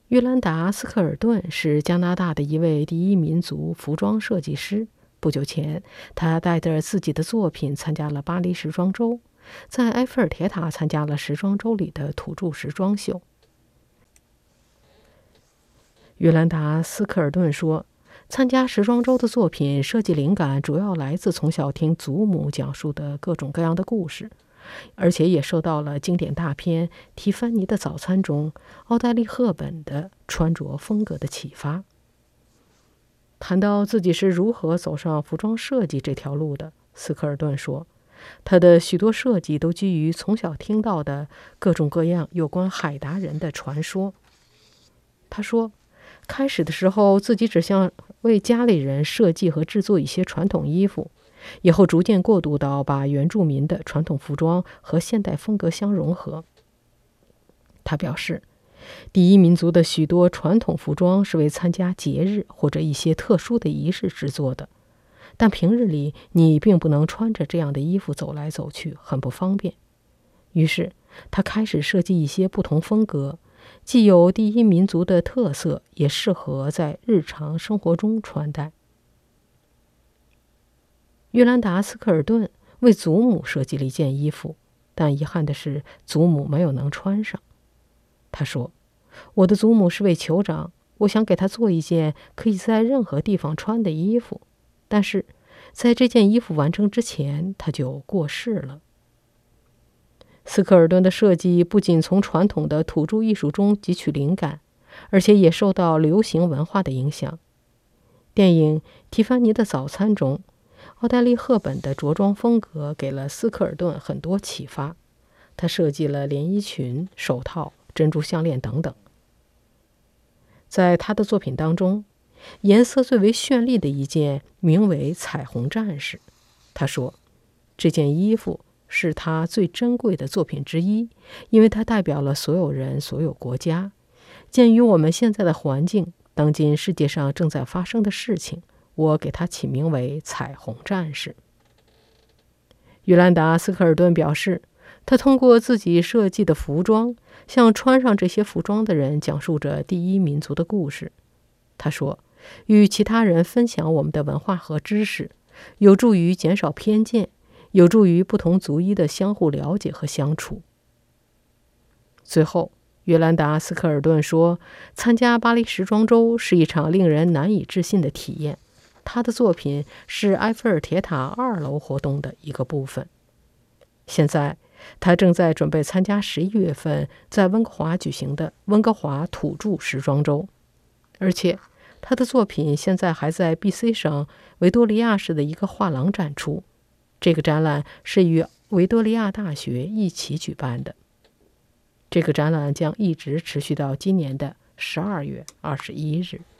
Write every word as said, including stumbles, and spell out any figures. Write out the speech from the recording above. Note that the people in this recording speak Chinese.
约兰达·斯科尔顿是加拿大的一位第一民族服装设计师。不久前，他带着自己的作品参加了巴黎时装周，在埃菲尔铁塔参加了时装周里的土著时装秀。约兰达·斯科尔顿说，参加时装周的作品设计灵感主要来自从小听祖母讲述的各种各样的故事，而且也受到了经典大片《蒂芬尼的早餐》中奥黛丽·赫本的穿着风格的启发。谈到自己是如何走上服装设计这条路的，斯科尔顿说，他的许多设计都基于从小听到的各种各样有关海达人的传说。他说，开始的时候自己只想为家里人设计和制作一些传统衣服，以后逐渐过渡到把原住民的传统服装和现代风格相融合。他表示，第一民族的许多传统服装是为参加节日或者一些特殊的仪式制作的，但平日里你并不能穿着这样的衣服走来走去，很不方便。于是他开始设计一些不同风格，既有第一民族的特色，也适合在日常生活中穿戴。约兰达·斯科尔顿为祖母设计了一件衣服，但遗憾的是，祖母没有能穿上。他说，我的祖母是位酋长，我想给她做一件可以在任何地方穿的衣服，但是在这件衣服完成之前，她就过世了。斯科尔顿的设计不仅从传统的土著艺术中汲取灵感，而且也受到流行文化的影响。电影《蒂芬尼的早餐》中，奥黛丽·赫本的着装风格给了斯科尔顿很多启发，他设计了连衣裙、手套、珍珠项链等等。在他的作品当中，颜色最为绚丽的一件名为彩虹战士。他说，这件衣服是他最珍贵的作品之一，因为它代表了所有人、所有国家。鉴于我们现在的环境，当今世界上正在发生的事情，我给它起名为彩虹战士。约兰达·斯科尔顿表示，他通过自己设计的服装，向穿上这些服装的人讲述着第一民族的故事。他说，与其他人分享我们的文化和知识，有助于减少偏见，有助于不同族裔的相互了解和相处。最后，约兰达·斯科尔顿说，参加巴黎时装周是一场令人难以置信的体验。他的作品是埃菲尔铁塔二楼活动的一个部分。现在，他正在准备参加十一月份在温哥华举行的温哥华土著时装周，而且他的作品现在还在 B C 省维多利亚市的一个画廊展出。这个展览是与维多利亚大学一起举办的。这个展览将一直持续到今年的十二月二十一日。